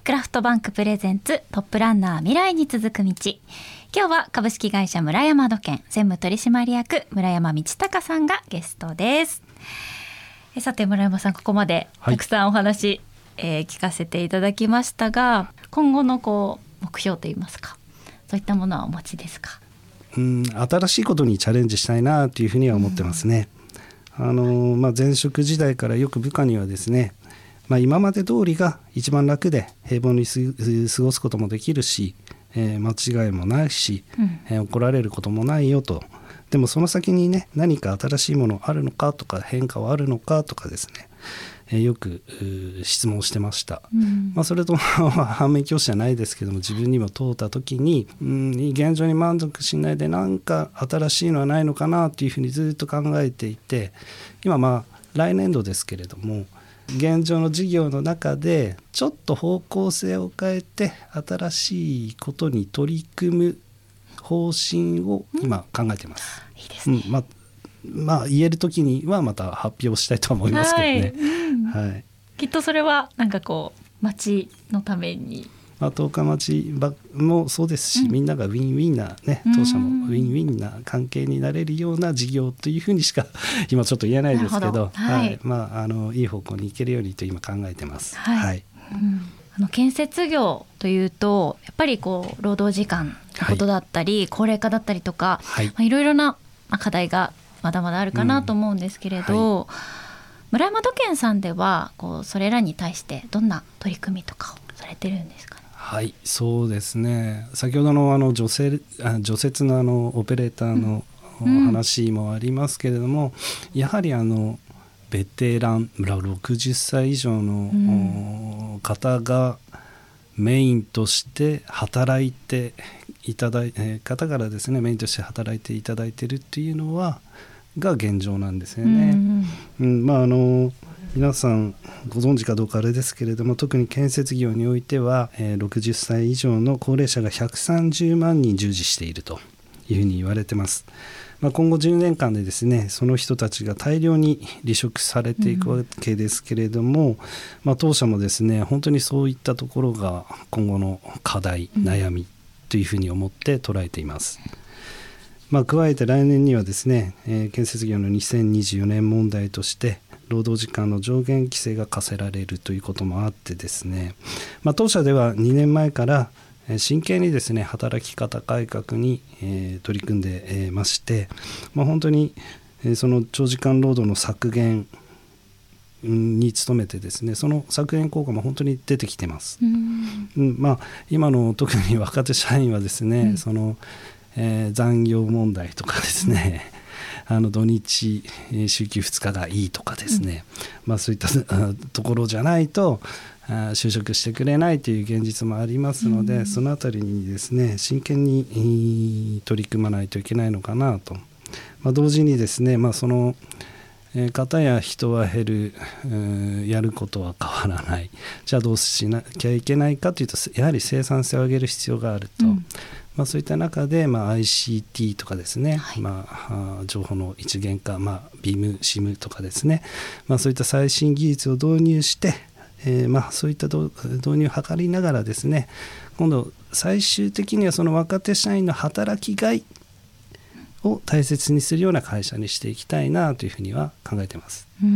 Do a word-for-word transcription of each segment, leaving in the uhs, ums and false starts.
クラフトバンクプレゼンツトップランナー未来に続く道。今日は株式会社村山土建専務取締役村山道隆さんがゲストです。えさて村山さん、ここまでたくさんお話、はいえー、聞かせていただきましたが、今後のこう目標といいますか、そういったものはお持ちですか？ うん新しいことにチャレンジしたいなというふうには思ってますね。あの、まあ、前職時代からよく部下にはですね、まあ、今まで通りが一番楽で平凡に過ごすこともできるし、えー、間違いもないし、うんえー、怒られることもないよと。でもその先にね、何か新しいものあるのかとか変化はあるのかとかですね、えー、よく質問してました、うんまあ、それと反面教師じゃないですけども、自分にも問うた時に、うん、現状に満足しないで何か新しいのはないのかなというふうにずっと考えていて、今まあ来年度ですけれども、現状の事業の中でちょっと方向性を変えて新しいことに取り組む方針を今考えています、 うん、いいですね、 うんままあ、言える時にはまた発表したいと思いますけどね、 はいうんはい、 きっとそれはなんかこう町のために、 まあ、十日町もそうですし、うん、みんながウィンウィンな、ね、当社もウィンウィンな関係になれるような事業というふうにしか今ちょっと言えないですけど、はいはいまあ、あのいい方向に行けるようにと今考えてます、 はいはいうんあの建設業というとやっぱりこう労働時間のことだったり、はい、高齢化だったりとか、はいまあ、いろいろな課題がまだまだあるかなと思うんですけれど、うんはい、村山土建さんではこうそれらに対してどんな取り組みとかをされてるんですかね？ はいそうですね、先ほどのあの除雪、除雪のあのオペレーターのお話もありますけれども、うん、やはりあのベテランろくじゅっさい以上の方がメインとして働いていただいて方からですねメインとして働いていただいているっていうのはが現状なんですよね、うんうんまあ、あの皆さんご存知かどうかあれですけれども、特に建設業においては、えー、ろくじゅっさい以上の高齢者がひゃくさんじゅうまんにん従事しているというふうに言われてます。まあ、今後じゅうねんかんでですねその人たちが大量に離職されていくわけですけれども、うんまあ、当社もですね本当にそういったところが今後の課題、うん、悩みというふうに思って捉えています。まあ、加えて来年にはですね、えー、建設業のにせんにじゅうよねん問題として労働時間の上限規制が課せられるということもあってですね、まあ、当社ではにねんまえから真剣にですね働き方改革に、えー、取り組んで、えー、まして、まあ、本当に、えー、その長時間労働の削減に努めてですねその削減効果も本当に出てきてます、うんうんまあ、今の特に若手社員はですね、うんそのえー、残業問題とかですね、うん、あの土日週休ふつかがいいとかですね、うんまあ、そういったところじゃないと就職してくれないという現実もありますので、うん、そのあたりにですね真剣に取り組まないといけないのかなと、まあ、同時にですね、まあ、その方や人は減る、やることは変わらない、じゃあどうしなきゃいけないかというとやはり生産性を上げる必要があると、うんまあ、そういった中で、まあ、アイシーティー とかですね、はいまあ、情報の一元化、まあ、ビーム、シム とかですね、まあ、そういった最新技術を導入してえーまあ、そういった導入を図りながらですね今度最終的にはその若手社員の働きがいを大切にするような会社にしていきたいなというふうには考えています。 うん、うん、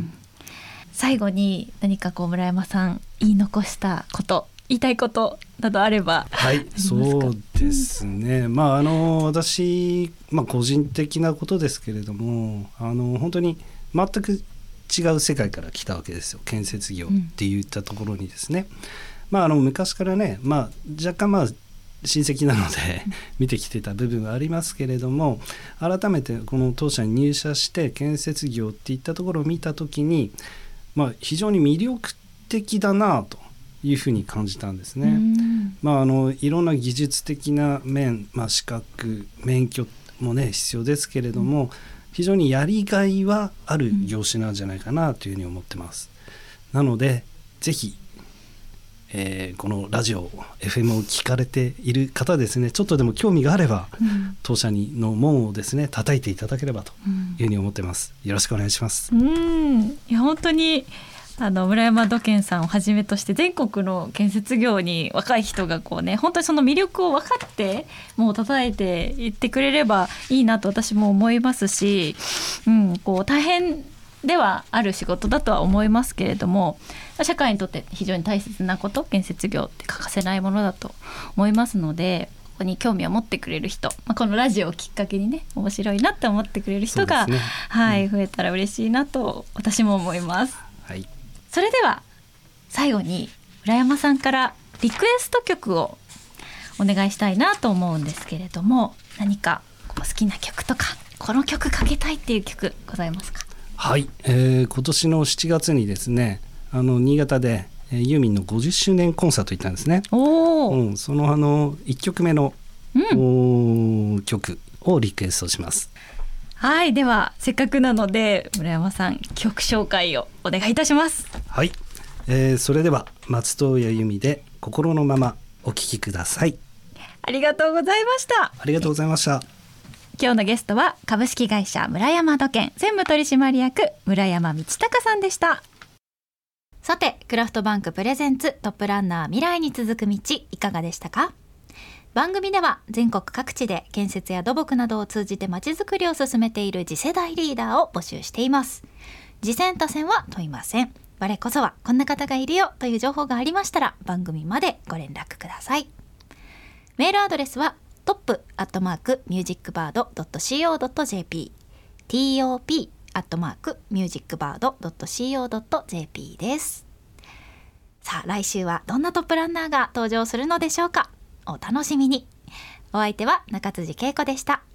最後に何かこう村山さん言い残したこと言いたいことなどあればはいそうですね、うん、まああの私、まあ、個人的なことですけれどもあの本当に全く違う世界から来たわけですよ、建設業っていったところにですね、うんまあ、あの昔からね、まあ、若干まあ親戚なので見てきてた部分はありますけれども、改めてこの当社に入社して建設業っていったところを見たときに、まあ、非常に魅力的だなというふうに感じたんですね、うんまあ、あのいろんな技術的な面、まあ、資格免許もね必要ですけれども、うん非常にやりがいはある業種なんじゃないかなというふうに思ってます、うん、なのでぜひ、えー、このラジオ エフエム を聞かれている方ですねちょっとでも興味があれば、うん、当社にの門をですね叩いていただければというふうに思ってます、うん、よろしくお願いします。 うんいや本当にあの村山土建さんをはじめとして全国の建設業に若い人がこうね本当にその魅力を分かってもう叩いていってくれればいいなと私も思いますし、うん、こう大変ではある仕事だとは思いますけれども、社会にとって非常に大切なこと、建設業って欠かせないものだと思いますので、ここに興味を持ってくれる人、まあ、このラジオをきっかけにね面白いなって思ってくれる人が、ね、はい、増えたら嬉しいなと私も思います、 はい、 それでは最後に村山さんからリクエスト曲をお願いしたいなと思うんですけれども、何かこう好きな曲とかこの曲かけたいっていう曲ございますか？ はい、えー、今年のしちがつにですね、あの新潟でユーミンのごじゅっしゅうねんコンサート行ったんですね。 お、 うん、そのあのいっきょくめの、うん、曲をリクエストします。 はい、ではせっかくなので村山さん曲紹介をお願いいたします。 はい、えー、それでは松任谷由実で心のままお聴きください。 ありがとうございました。 ありがとうございました。 今日のゲストは株式会社村山土建専務取締役村山道隆さんでした。さて、クラフトバンクプレゼンツトップランナー未来に続く道、いかがでしたか？番組では全国各地で建設や土木などを通じてまちづくりを進めている次世代リーダーを募集しています。次戦他戦は問いません。我こそはこんな方がいるよという情報がありましたら番組までご連絡ください。メールアドレスはトップアットマークミュージックバードドットシーオードットジェーピー トップアットマークミュージックバードドットシーオードットジェーピー です。さあ、来週はどんなトップランナーが登場するのでしょうか。お楽しみに。お相手は中辻恵子でした。